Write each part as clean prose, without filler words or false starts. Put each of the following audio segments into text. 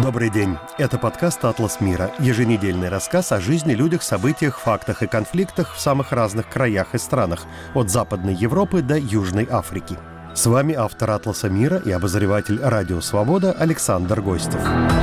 Добрый день. Это подкаст «Атлас мира». Еженедельный рассказ о жизни, людях, событиях, фактах и конфликтах в самых разных краях и странах, от Западной Европы до Южной Африки. С вами автор «Атласа мира» и обозреватель «Радио Свобода» Александр Гостев.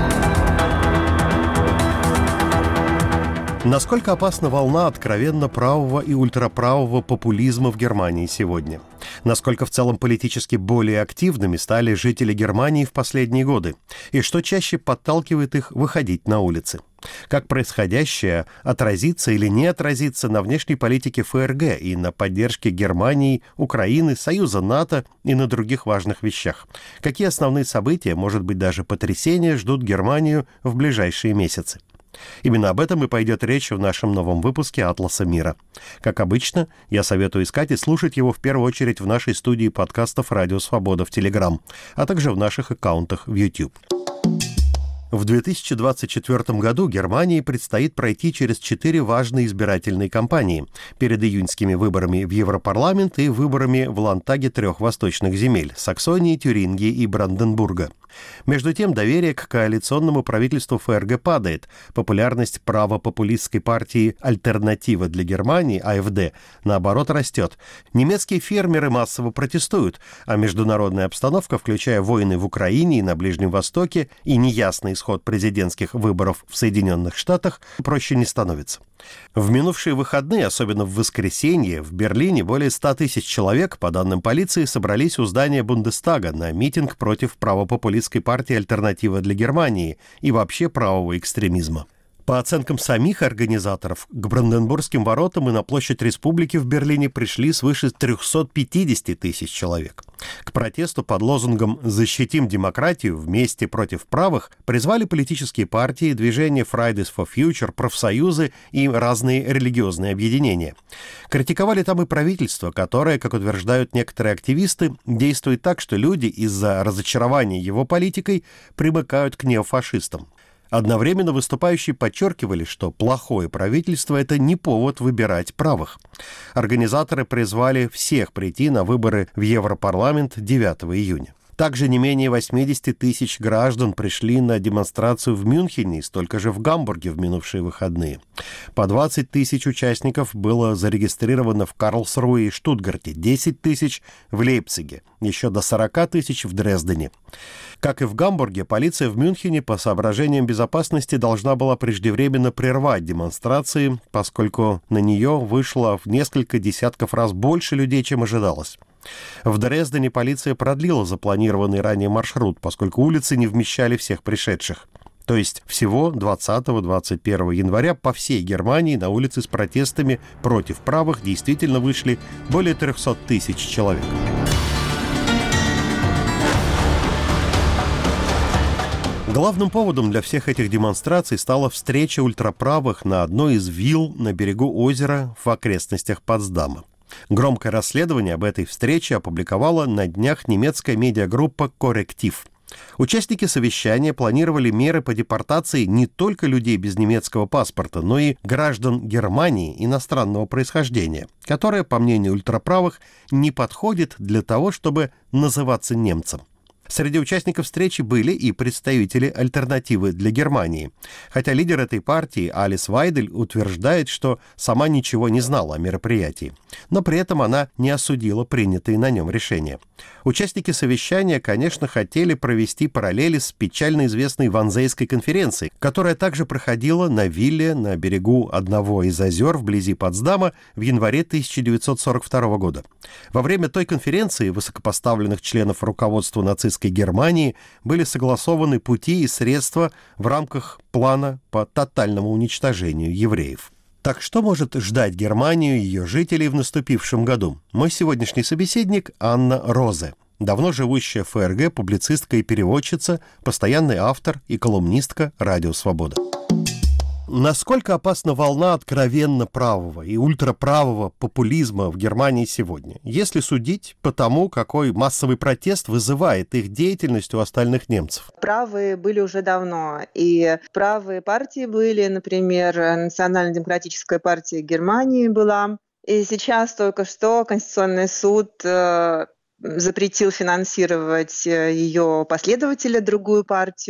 Насколько опасна волна откровенно правого и ультраправого популизма в Германии сегодня? Насколько в целом политически более активными стали жители Германии в последние годы? И что чаще подталкивает их выходить на улицы? Как происходящее отразится или не отразится на внешней политике ФРГ и на поддержке Германии, Украины, Союза НАТО и на других важных вещах? Какие основные события, может быть даже потрясения, ждут Германию в ближайшие месяцы? Именно об этом и пойдет речь в нашем новом выпуске «Атласа мира». Как обычно, я советую искать и слушать его в первую очередь в нашей студии подкастов «Радио Свобода» в Телеграм, а также в наших аккаунтах в YouTube. В 2024 году Германии предстоит пройти через 4 важные избирательные кампании перед июньскими выборами в Европарламент и выборами в Ландтаге 3 восточных земель – Саксонии, Тюрингии и Бранденбурга. Между тем, доверие к коалиционному правительству ФРГ падает. Популярность правопопулистской партии «Альтернатива для Германии» АФД, наоборот, растет. Немецкие фермеры массово протестуют, а международная обстановка, включая войны в Украине и на Ближнем Востоке и неясный исход президентских выборов в Соединенных Штатах, проще не становится. В минувшие выходные, особенно в воскресенье, в Берлине более 100 тысяч человек, по данным полиции, собрались у здания Бундестага на митинг против правопопулистской партии «Альтернатива для Германии» и вообще правого экстремизма. По оценкам самих организаторов, к Бранденбургским воротам и на площадь Республики в Берлине пришли свыше 350 тысяч человек. К протесту под лозунгом «Защитим демократию вместе против правых» призвали политические партии, движение Fridays for Future, профсоюзы и разные религиозные объединения. Критиковали там и правительство, которое, как утверждают некоторые активисты, действует так, что люди из-за разочарования его политикой примыкают к неофашистам. Одновременно выступающие подчеркивали, что плохое правительство – это не повод выбирать правых. Организаторы призвали всех прийти на выборы в Европарламент 9 июня. Также не менее 80 тысяч граждан пришли на демонстрацию в Мюнхене и столько же в Гамбурге в минувшие выходные. По 20 тысяч участников было зарегистрировано в Карлсруэ и Штутгарте, 10 тысяч в Лейпциге, еще до 40 тысяч в Дрездене. Как и в Гамбурге, полиция в Мюнхене по соображениям безопасности должна была преждевременно прервать демонстрации, поскольку на нее вышло в несколько десятков раз больше людей, чем ожидалось. В Дрездене полиция продлила запланированный ранее маршрут, поскольку улицы не вмещали всех пришедших. То есть всего 20-21 января по всей Германии на улицы с протестами против правых действительно вышли более 300 тысяч человек. Главным поводом для всех этих демонстраций стала встреча ультраправых на одной из вилл на берегу озера в окрестностях Потсдама. Громкое расследование об этой встрече опубликовала на днях немецкая медиагруппа «Корректив». Участники совещания планировали меры по депортации не только людей без немецкого паспорта, но и граждан Германии иностранного происхождения, которое, по мнению ультраправых, не подходит для того, чтобы называться немцем. Среди участников встречи были и представители «Альтернативы для Германии», хотя лидер этой партии Алис Вайдель утверждает, что сама ничего не знала о мероприятии, но при этом она не осудила принятые на нем решения. Участники совещания, конечно, хотели провести параллели с печально известной Ванзейской конференцией, которая также проходила на вилле на берегу одного из озер вблизи Потсдама в январе 1942 года. Во время той конференции высокопоставленных членов руководства нацистской Германии были согласованы пути и средства в рамках плана по тотальному уничтожению евреев. Так что может ждать Германию и ее жителей в наступившем году? Мой сегодняшний собеседник Анна Розе, давно живущая в ФРГ, публицистка и переводчица, постоянный автор и колумнистка «Радио Свобода». Насколько опасна волна откровенно правого и ультраправого популизма в Германии сегодня, если судить по тому, какой массовый протест вызывает их деятельность у остальных немцев? Правые были уже давно, и правые партии были, например, Национально-демократическая партия Германии была, и сейчас только что Конституционный суд запретил финансировать ее последователя, другую партию.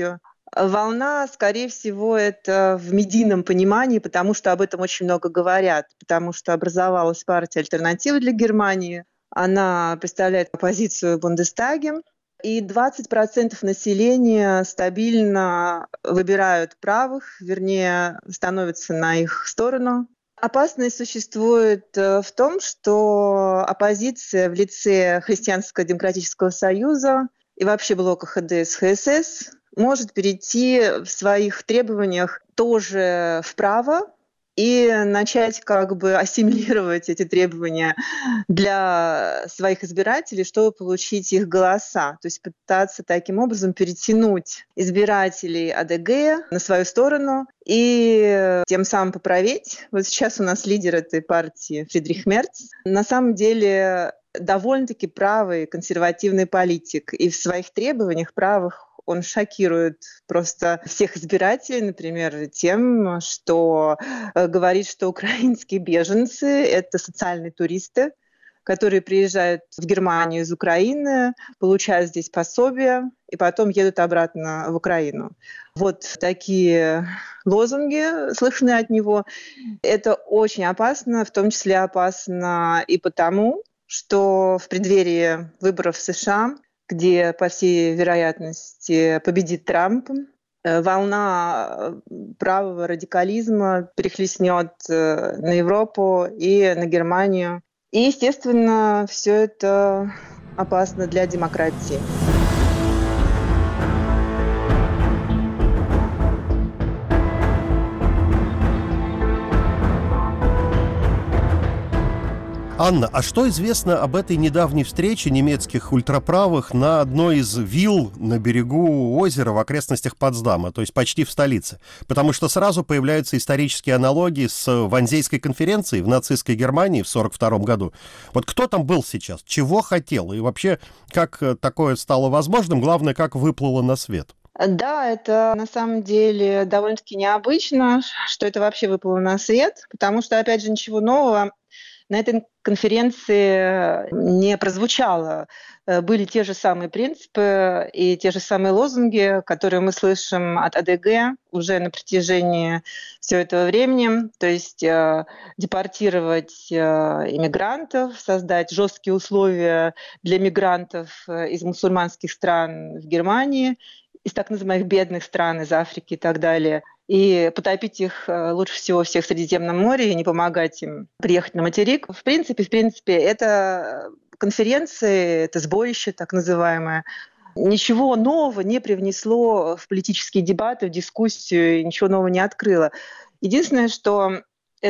Волна, скорее всего, это в медийном понимании, потому что об этом очень много говорят, потому что образовалась партия «Альтернатива для Германии». Она представляет оппозицию в Бундестаге, и 20% населения стабильно выбирают правых, вернее, становятся на их сторону. Опасность существует в том, что оппозиция в лице Христианско-демократического союза и вообще блока ХДС-ХСС может перейти в своих требованиях тоже вправо и начать как бы ассимилировать эти требования для своих избирателей, чтобы получить их голоса. То есть пытаться таким образом перетянуть избирателей АДГ на свою сторону и тем самым поправить. Вот сейчас у нас лидер этой партии Фридрих Мерц. На самом деле довольно-таки правый консервативный политик. И в своих требованиях правых он шокирует просто всех избирателей, например, тем, что говорит, что украинские беженцы — это социальные туристы, которые приезжают в Германию из Украины, получают здесь пособия и потом едут обратно в Украину. Вот такие лозунги слышны от него. Это очень опасно, в том числе опасно и потому, что в преддверии выборов в США, где, по всей вероятности, победит Трамп, волна правого радикализма перехлестнет на Европу и на Германию. И, естественно, все это опасно для демократии. Анна, а что известно об этой недавней встрече немецких ультраправых на одной из вилл на берегу озера в окрестностях Потсдама, то есть почти в столице? Потому что сразу появляются исторические аналогии с Ванзейской конференцией в нацистской Германии в 1942 году. Вот кто там был сейчас, чего хотел и вообще как такое стало возможным, главное, как выплыло на свет? Да, это на самом деле довольно-таки необычно, что это вообще выплыло на свет, потому что, опять же, ничего нового на этой конференции не прозвучало. Были те же самые принципы и те же самые лозунги, которые мы слышим от АДГ уже на протяжении всего этого времени. То есть депортировать иммигрантов, создать жесткие условия для мигрантов из мусульманских стран в Германии, из так называемых бедных стран, из Африки и так далее, и потопить их лучше всего всех в Средиземном море и не помогать им приехать на материк. В принципе, это конференции, это сборище так называемое, ничего нового не привнесло в политические дебаты, в дискуссию, ничего нового не открыло. Единственное, что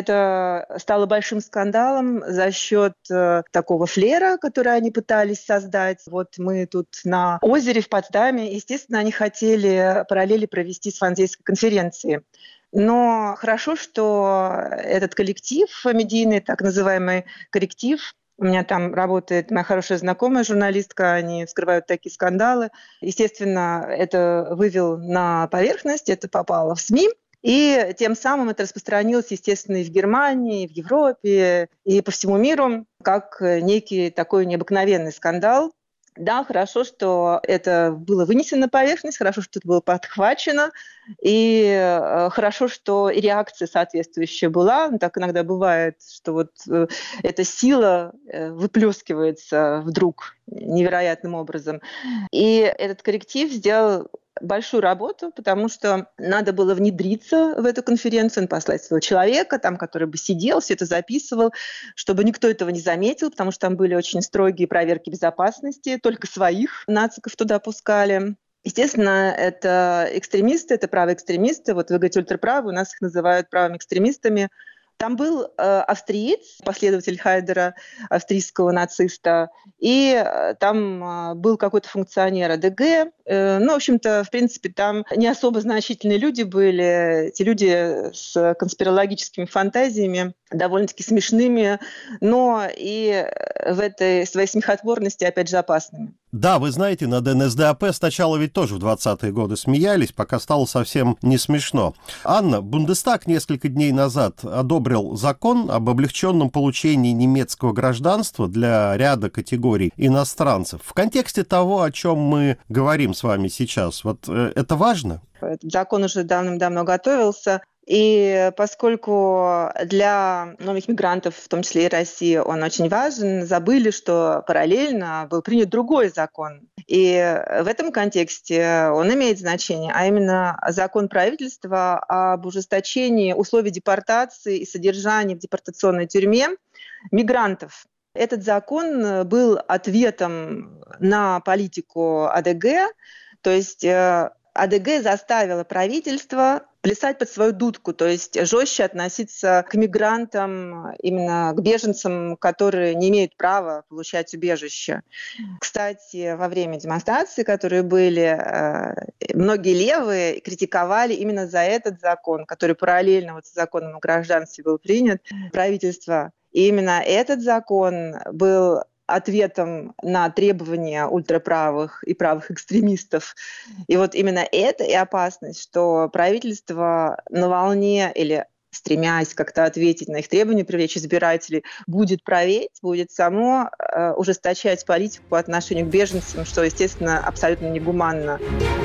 это стало большим скандалом за счет такого флера, который они пытались создать. Вот мы тут на озере в Потсдаме. Естественно, они хотели параллели провести с Ванзейской конференцией. Но хорошо, что этот коллектив медийный, так называемый коллектив, у меня там работает моя хорошая знакомая журналистка, они вскрывают такие скандалы. Естественно, это вывел на поверхность, это попало в СМИ. И тем самым это распространилось, естественно, и в Германии, и в Европе, и по всему миру, как некий такой необыкновенный скандал. Да, хорошо, что это было вынесено на поверхность, хорошо, что это было подхвачено, и хорошо, что и реакция соответствующая была. Так иногда бывает, что вот эта сила выплескивается вдруг невероятным образом. И этот коллектив сделал большую работу, потому что надо было внедриться в эту конференцию, послать своего человека, там, который бы сидел, все это записывал, чтобы никто этого не заметил, потому что там были очень строгие проверки безопасности, только своих нациков туда пускали. Естественно, это экстремисты, это правые экстремисты. Вот вы говорите ультраправые, у нас их называют правыми экстремистами. Там был австриец, последователь Хайдера, австрийского нациста, и там был какой-то функционер АДГ. Ну, в общем-то, в принципе, там не особо значительные люди были. Эти люди с конспирологическими фантазиями, довольно-таки смешными, но и в этой своей смехотворности, опять же, опасными. Да, вы знаете, над НСДАП сначала ведь тоже в 20-е годы смеялись, пока стало совсем не смешно. Анна, Бундестаг несколько дней назад одобрил закон об облегченном получении немецкого гражданства для ряда категорий иностранцев. В контексте того, о чем мы говорим с вами сейчас, вот это важно? Этот закон уже давным-давно готовился. И поскольку для новых мигрантов, в том числе и России, он очень важен, забыли, что параллельно был принят другой закон. И в этом контексте он имеет значение, а именно закон правительства об ужесточении условий депортации и содержания в депортационной тюрьме мигрантов. Этот закон был ответом на политику АДГ, то есть АДГ заставила правительство плясать под свою дудку, то есть жестче относиться к мигрантам, именно к беженцам, которые не имеют права получать убежище. Кстати, во время демонстраций, которые были, многие левые критиковали именно за этот закон, который параллельно с законом о гражданстве был принят, правительство. И именно этот закон был ответом на требования ультраправых и правых экстремистов. И вот именно это и опасность, что правительство на волне или стремясь как-то ответить на их требования, привлечь избирателей, будет править, будет само ужесточать политику по отношению к беженцам, что, естественно, абсолютно негуманно.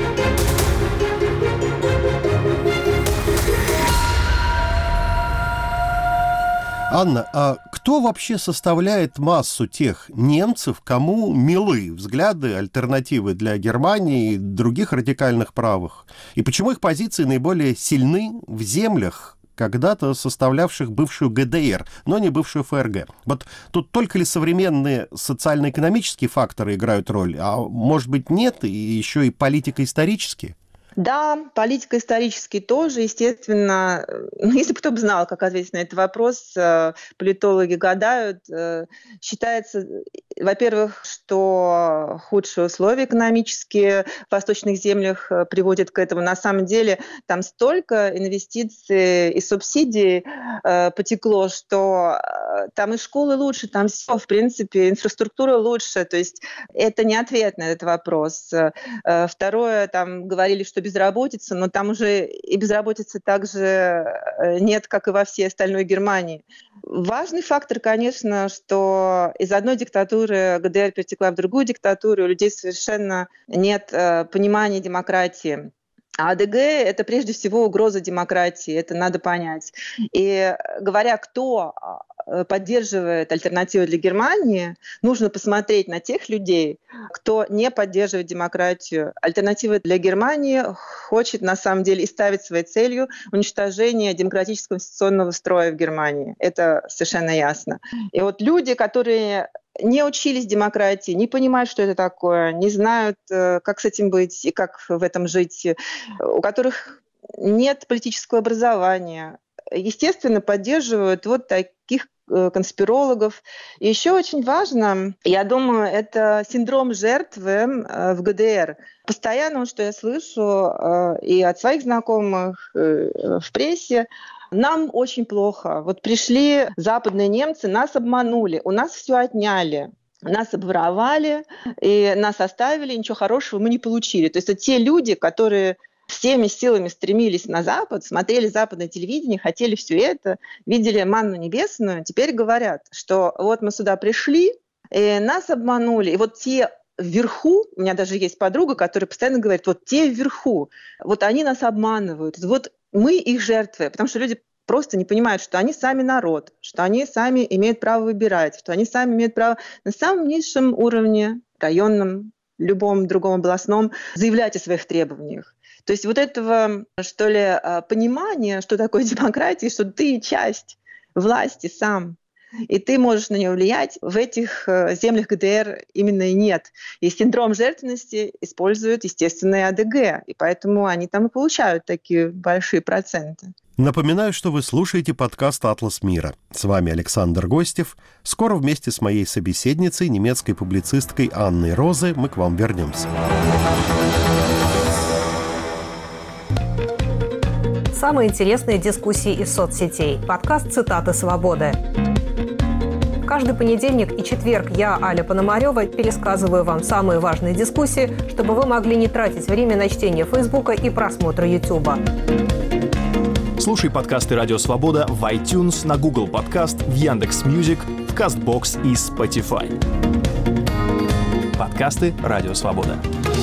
Анна, а кто вообще составляет массу тех немцев, кому милы взгляды, альтернативы для Германии и других радикальных правых? И почему их позиции наиболее сильны в землях, когда-то составлявших бывшую ГДР, но не бывшую ФРГ? Вот тут только ли современные социально-экономические факторы играют роль, а может быть нет, и еще и политико-исторические? Да, политико-исторически тоже, естественно. Если бы кто бы знал, как ответить на этот вопрос, политологи гадают. Считается, во-первых, что худшие условия экономические в восточных землях приводят к этому. На самом деле там столько инвестиций и субсидий потекло, что там и школы лучше, там все, в принципе, инфраструктура лучше. То есть это не ответ на этот вопрос. Второе, там говорили, что безработица, но там уже и безработицы также нет, как и во всей остальной Германии. Важный фактор, конечно, что из одной диктатуры ГДР перетекла в другую диктатуру, у людей совершенно нет понимания демократии. А АДГ – это прежде всего угроза демократии, это надо понять. И говоря, кто поддерживает альтернативу для Германии, нужно посмотреть на тех людей, кто не поддерживает демократию. Альтернатива для Германии хочет на самом деле и ставит своей целью уничтожение демократического конституционного строя в Германии. Это совершенно ясно. И вот люди, которые не учились демократии, не понимают, что это такое, не знают, как с этим быть и как в этом жить, у которых нет политического образования, естественно, поддерживают вот таких конспирологов. И еще очень важно, я думаю, это синдром жертвы в ГДР. Постоянно, что я слышу и от своих знакомых в прессе, нам очень плохо. Вот пришли западные немцы, нас обманули, у нас все отняли. Нас обворовали, и нас оставили, ничего хорошего мы не получили. То есть это те люди, которые всеми силами стремились на Запад, смотрели западное телевидение, хотели все это, видели манну небесную, теперь говорят, что вот мы сюда пришли, и нас обманули, и вот те вверху, у меня даже есть подруга, которая постоянно говорит, вот те вверху, вот они нас обманывают, вот мы их жертвы, потому что люди просто не понимают, что они сами народ, что они сами имеют право выбирать, что они сами имеют право на самом низшем уровне, районном, любом другом областном, заявлять о своих требованиях. То есть вот этого, что ли, понимания, что такое демократия, что ты часть власти сам, и ты можешь на нее влиять, в этих землях ГДР именно и нет. И синдром жертвенности используют, естественно, и АДГ, и поэтому они там и получают такие большие проценты. Напоминаю, что вы слушаете подкаст «Атлас мира». С вами Александр Гостев. Скоро вместе с моей собеседницей, немецкой публицисткой Анной Розе, мы к вам вернемся. Самые интересные дискуссии из соцсетей. Подкаст «Цитаты свободы». Каждый понедельник и четверг я, Аля Пономарева, пересказываю вам самые важные дискуссии, чтобы вы могли не тратить время на чтение Фейсбука и просмотра Ютуба. Слушай подкасты «Радио Свобода» в iTunes, на Google Подкаст, в Яндекс.Мьюзик, в Castbox и Spotify. Подкасты «Радио Свобода».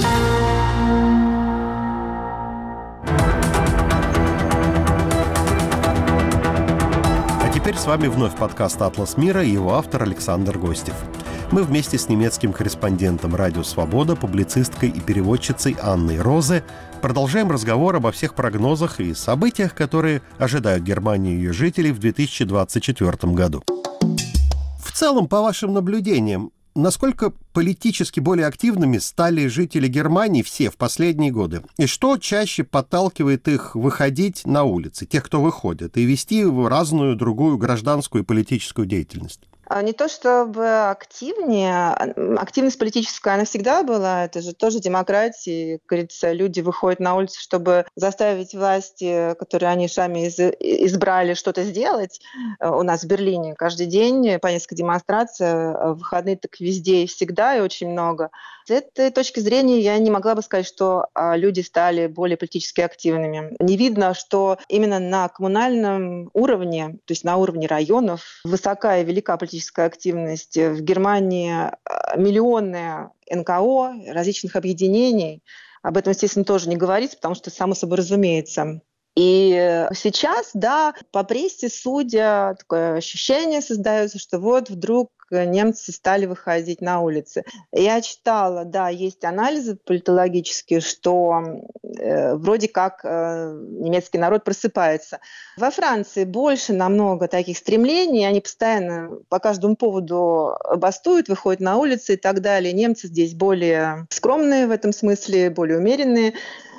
Теперь с вами вновь подкаст «Атлас мира» и его автор Александр Гостев. Мы вместе с немецким корреспондентом «Радио Свобода», публицисткой и переводчицей Анной Розе продолжаем разговор обо всех прогнозах и событиях, которые ожидают Германию и ее жителей в 2024 году. В целом, по вашим наблюдениям, насколько политически более активными стали жители Германии все в последние годы? И что чаще подталкивает их выходить на улицы, тех, кто выходит, и вести разную другую гражданскую и политическую деятельность? Не то чтобы активнее, активность политическая, она всегда была, это же тоже демократия, как говорится, люди выходят на улицу, чтобы заставить власти, которые они сами избрали, что-то сделать. У нас в Берлине каждый день по несколько демонстраций, в выходные так везде и всегда, и очень много. С этой точки зрения я не могла бы сказать, что люди стали более политически активными. Не видно, что именно на коммунальном уровне, то есть на уровне районов, высока и велика политическая активность. В Германии миллионы НКО, различных объединений. Об этом, естественно, тоже не говорится, потому что, само собой разумеется. И сейчас, да, по прессе, судя, такое ощущение создается, что вот вдруг немцы стали выходить на улицы. Я читала, да, есть анализы политологические, что вроде как немецкий народ просыпается. Во Франции больше намного таких стремлений, они постоянно по каждому поводу бастуют, выходят на улицы и так далее. Немцы здесь более скромные в этом смысле, более умеренные.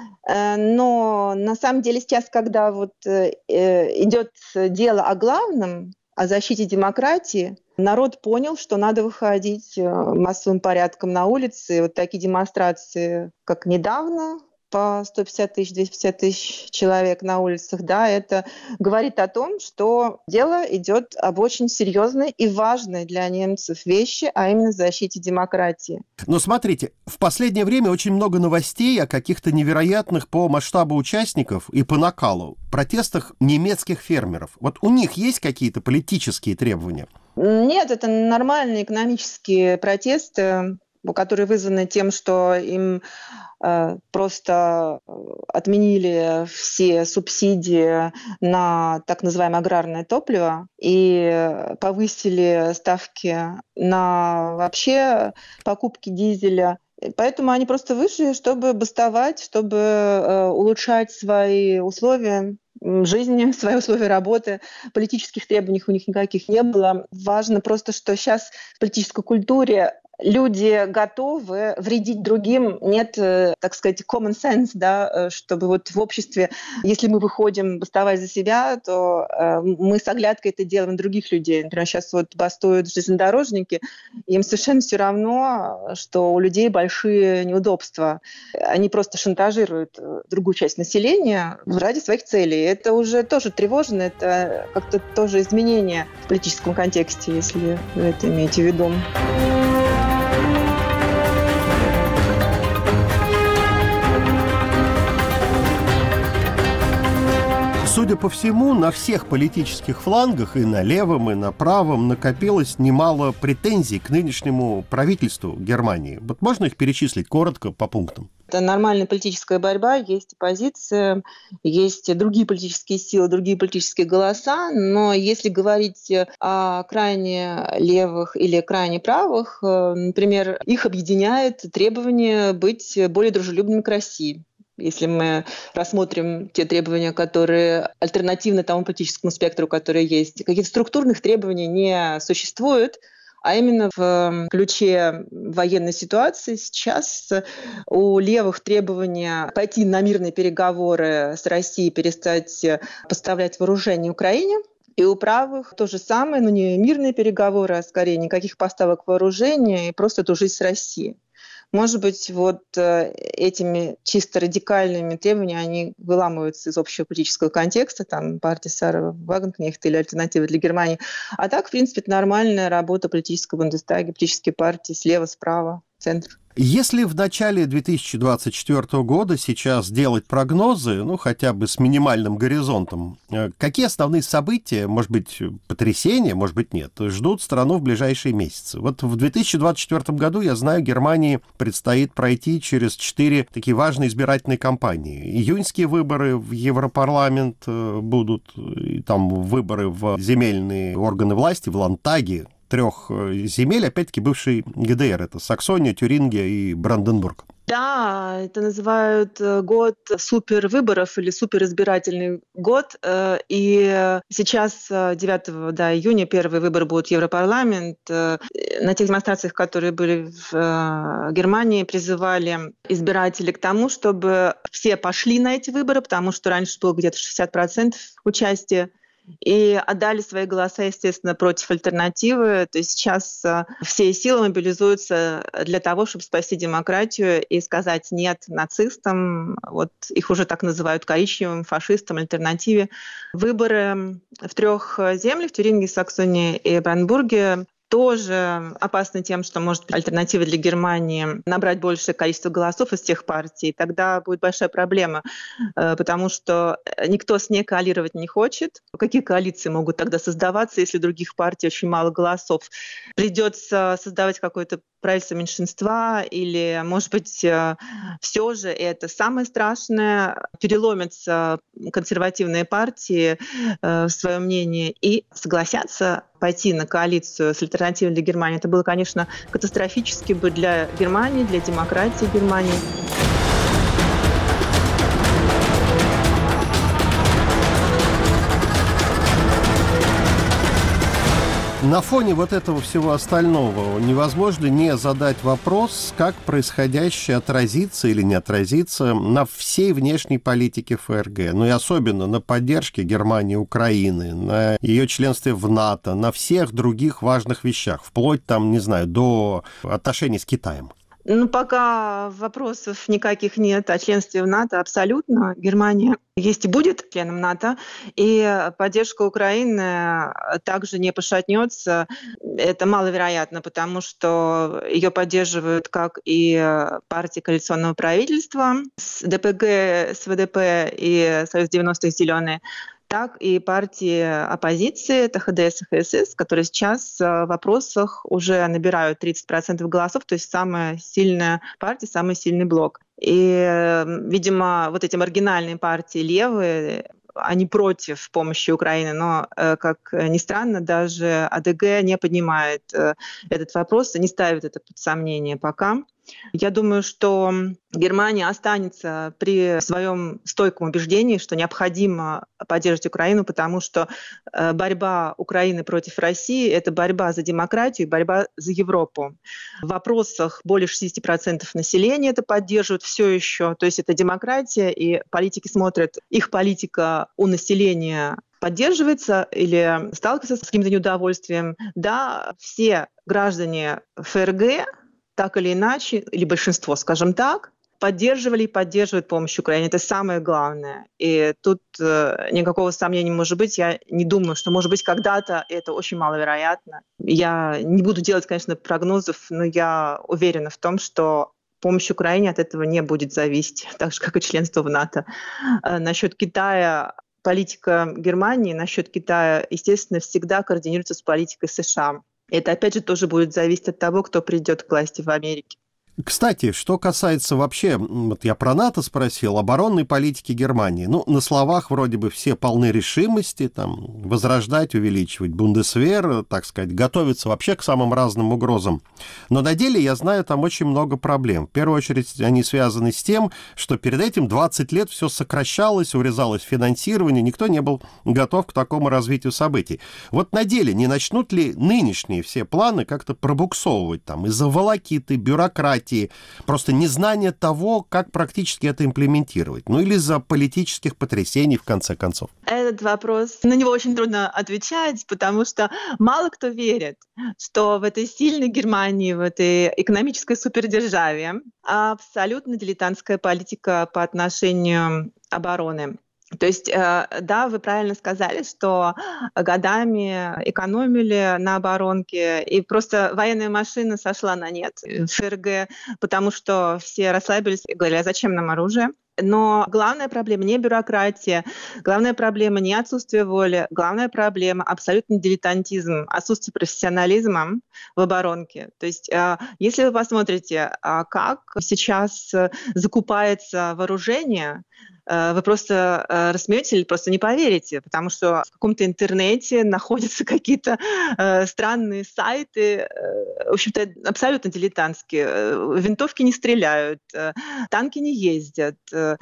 Но на самом деле сейчас, когда вот идет дело о главном, о защите демократии, народ понял, что надо выходить массовым порядком на улицы. Вот такие демонстрации, как недавно, по 150 тысяч, 250 тысяч человек на улицах, да, это говорит о том, что дело идет об очень серьезной и важной для немцев вещи, а именно защите демократии. Но смотрите, в последнее время очень много новостей о каких-то невероятных по масштабу участников и по накалу протестах немецких фермеров. Вот у них есть какие-то политические требования? Нет, это нормальные экономические протесты, которые вызваны тем, что им просто отменили все субсидии на так называемое аграрное топливо и повысили ставки на вообще покупки дизеля. Поэтому они просто вышли, чтобы бастовать, чтобы улучшать свои условия жизни, свои условия работы. Политических требований у них никаких не было. Важно просто, что сейчас в политической культуре люди готовы вредить другим. Нет, так сказать, common sense, да, чтобы вот в обществе, если мы выходим бастовать за себя, то мы с оглядкой это делаем на других людей. Например, сейчас вот бастуют железнодорожники, им совершенно все равно, что у людей большие неудобства. Они просто шантажируют другую часть населения ради своих целей. Это уже тоже тревожно, это как-то тоже изменение в политическом контексте, если вы это имеете в виду. Судя по всему, на всех политических флангах, и на левом, и на правом, накопилось немало претензий к нынешнему правительству Германии. Вот можно их перечислить коротко по пунктам? Это нормальная политическая борьба, есть оппозиция, есть другие политические силы, другие политические голоса, но если говорить о крайне левых или крайне правых, например, их объединяет требование быть более дружелюбными к России. Если мы рассмотрим те требования, которые альтернативны тому политическому спектру, который есть, каких-то структурных требований не существует, а именно в ключе военной ситуации сейчас у левых требования пойти на мирные переговоры с Россией, перестать поставлять вооружение Украине. И у правых то же самое, но не мирные переговоры, а скорее никаких поставок вооружения и просто дружить с Россией. Может быть, вот этими чисто радикальными требованиями они выламываются из общего политического контекста, там партия Сары Вагенкнехта или Альтернатива для Германии. А так, в принципе, это нормальная работа политического Бундестага, политические партии слева, справа, центр. Если в начале 2024 года сейчас делать прогнозы, хотя бы с минимальным горизонтом, какие основные события, может быть, потрясения, может быть, нет, ждут страну в ближайшие месяцы? Вот в 2024 году, я знаю, Германии предстоит пройти через 4 такие важные избирательные кампании. Июньские выборы в Европарламент будут, и там выборы в земельные органы власти, в Ландтаге, 3 земель, опять-таки, бывшей ГДР. Это Саксония, Тюрингия и Бранденбург. Да, это называют год супервыборов или суперизбирательный год. И сейчас, 9 июня, первый выбор будет в Европарламент. На тех демонстрациях, которые были в Германии, призывали избирателей к тому, чтобы все пошли на эти выборы, потому что раньше было где-то 60% участия. И отдали свои голоса, естественно, против альтернативы. То есть сейчас все силы мобилизуются для того, чтобы спасти демократию и сказать «нет» нацистам. Вот их уже так называют коричневым, фашистам, альтернативе. Выборы в 3 землях, в Тюрингии, Саксонии и Бранденбурге, тоже опасно тем, что может альтернатива для Германии набрать большее количество голосов из тех партий. Тогда будет большая проблема, потому что никто с ней коалировать не хочет. Какие коалиции могут тогда создаваться, если у других партий очень мало голосов? Придется создавать какое-то правительство меньшинства или, может быть, все же это самое страшное, переломятся консервативные партии в своем мнении и согласятся пойти на коалицию с альтернативой для Германии. Это было, конечно, катастрофически бы для Германии, для демократии Германии. На фоне вот этого всего остального невозможно не задать вопрос, как происходящее отразится или не отразится на всей внешней политике ФРГ, и особенно на поддержке Германии, Украины, на ее членстве в НАТО, на всех других важных вещах, вплоть до отношений с Китаем. Пока вопросов никаких нет о членстве в НАТО абсолютно. Германия есть и будет членом НАТО, и поддержка Украины также не пошатнется. Это маловероятно, потому что ее поддерживают как и партии коалиционного правительства, с ДПГ, СВДП и Союз 90-х «Зеленые», так и партии оппозиции, это ХДС и ХСС, которые сейчас в вопросах уже набирают 30% голосов, то есть самая сильная партия, самый сильный блок. И, видимо, вот эти маргинальные партии левые, они против помощи Украины, но, как ни странно, даже АДГ не поднимает этот вопрос и не ставит это под сомнение пока. Я думаю, что Германия останется при своем стойком убеждении, что необходимо поддерживать Украину, потому что борьба Украины против России — это борьба за демократию, борьба за Европу. В вопросах более 60% населения это поддерживают все еще. То есть это демократия, и политики смотрят, их политика у населения поддерживается или сталкивается с каким-то неудовольствием. Да, все граждане ФРГ так или иначе, или большинство, скажем так, поддерживали и поддерживают помощь Украине. Это самое главное. И тут никакого сомнения не может быть. Я не думаю, что, может быть, когда-то это очень маловероятно. Я не буду делать, конечно, прогнозов, но я уверена в том, что помощь Украине от этого не будет зависеть, так же, как и членство в НАТО. Насчет Китая, политика Германии, насчет Китая, естественно, всегда координируется с политикой США. Это, опять же, тоже будет зависеть от того, кто придет к власти в Америке. Кстати, что касается вообще, вот я про НАТО спросил, оборонной политики Германии. На словах вроде бы все полны решимости, возрождать, увеличивать Бундесвер, так сказать, готовиться вообще к самым разным угрозам. Но на деле, я знаю, там очень много проблем. В первую очередь, они связаны с тем, что перед этим 20 лет все сокращалось, урезалось финансирование, никто не был готов к такому развитию событий. Вот на деле не начнут ли нынешние все планы как-то пробуксовывать из-за волокиты, бюрократии, партии? Просто незнание того, как практически это имплементировать? Ну или из-за политических потрясений, в конце концов? Этот вопрос, на него очень трудно отвечать, потому что мало кто верит, что в этой сильной Германии, в этой экономической супердержаве абсолютно дилетантская политика по отношению к обороне. То есть, да, вы правильно сказали, что годами экономили на оборонке, и просто военная машина сошла на нет в ФРГ, потому что все расслабились и говорили, а зачем нам оружие? Но главная проблема не бюрократия, главная проблема не отсутствие воли, главная проблема абсолютно дилетантизм, отсутствие профессионализма в оборонке. То есть если вы посмотрите, как сейчас закупается вооружение, вы просто рассмеетесь или просто не поверите, потому что в каком-то интернете находятся какие-то странные сайты, в общем-то, абсолютно дилетантские. Винтовки не стреляют, танки не ездят.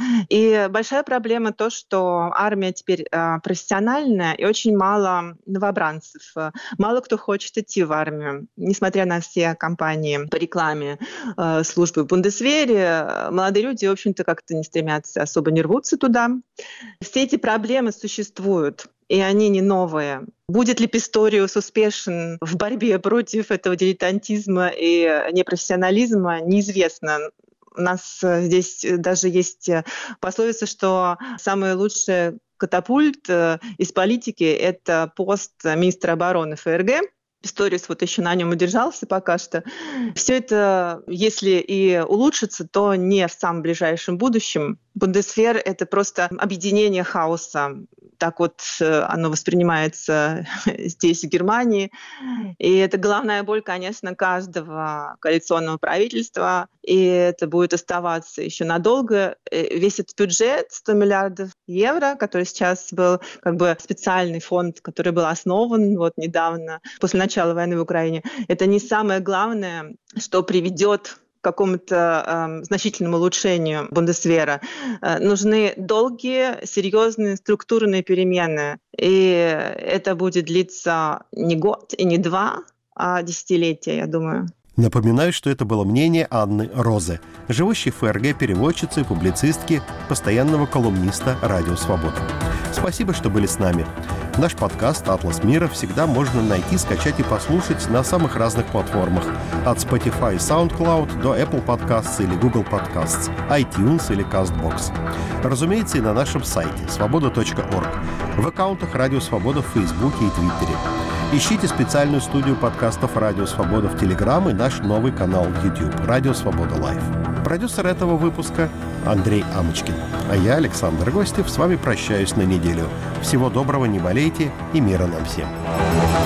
И большая проблема то, что армия теперь профессиональная и очень мало новобранцев. Мало кто хочет идти в армию, несмотря на все кампании по рекламе службы в Бундесвере. Молодые люди, в общем-то, как-то не стремятся, особо не рвутся туда. Все эти проблемы существуют, и они не новые. Будет ли Писториус успешен в борьбе против этого дилетантизма и непрофессионализма, неизвестно. У нас здесь даже есть пословица, что самый лучший катапульт из политики — это пост министра обороны ФРГ. Писториус вот еще на нем удержался пока что. Все это, если и улучшится, то не в самом ближайшем будущем. Бундесвер — это просто объединение хаоса. Так вот оно воспринимается здесь, в Германии. И это головная боль, конечно, каждого коалиционного правительства. И это будет оставаться еще надолго. Весь этот бюджет 100 миллиардов евро, который сейчас был как бы специальный фонд, который был основан вот недавно, после начала войны в Украине, это не самое главное, что приведет к какому-то значительному улучшению Бундесвера. Нужны долгие, серьезные структурные перемены. И это будет длиться не год и не два, а десятилетия, я думаю. Напоминаю, что это было мнение Анны Розе, живущей в ФРГ переводчицы и публицистки, постоянного колумниста «Радио Свобода». Спасибо, что были с нами. Наш подкаст «Атлас мира» всегда можно найти, скачать и послушать на самых разных платформах. От Spotify и SoundCloud до Apple Podcasts или Google Podcasts, iTunes или CastBox. Разумеется, и на нашем сайте svoboda.org, в аккаунтах «Радио Свобода» в Фейсбуке и Твиттере. Ищите специальную студию подкастов «Радио Свобода» в Телеграм и наш новый канал в YouTube «Радио Свобода Лайв». Продюсер этого выпуска Андрей Амочкин. А я, Александр Гостев, с вами прощаюсь на неделю. Всего доброго, не болейте и мира нам всем.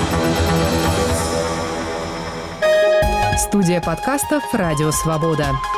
Студия подкастов «Радио Свобода».